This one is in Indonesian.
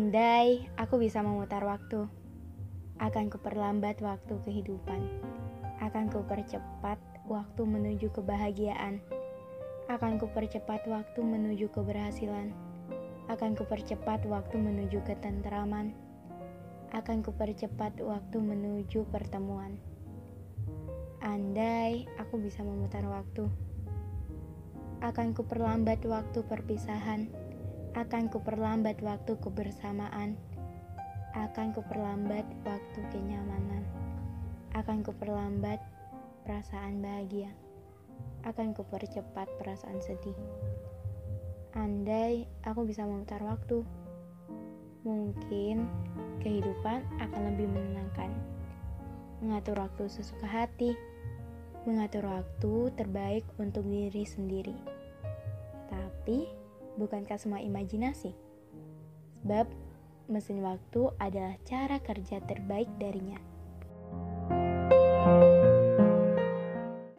Andai aku bisa memutar waktu, akan kuperlambat waktu kehidupan. Akan kupercepat waktu menuju kebahagiaan. Akan kupercepat waktu menuju keberhasilan. Akan kupercepat waktu menuju ketentraman. Akan kupercepat waktu menuju pertemuan. Andai aku bisa memutar waktu, akan kuperlambat waktu perpisahan. Akan kuperlambat waktu kebersamaan. Akan kuperlambat waktu kenyamanan. Akan kuperlambat perasaan bahagia. Akan kupercepat perasaan sedih. Andai aku bisa memutar waktu, mungkin kehidupan akan lebih menenangkan. Mengatur waktu sesuka hati, mengatur waktu terbaik untuk diri sendiri. Tapi bukankah semua imajinasi? Sebab mesin waktu adalah cara kerja terbaik darinya.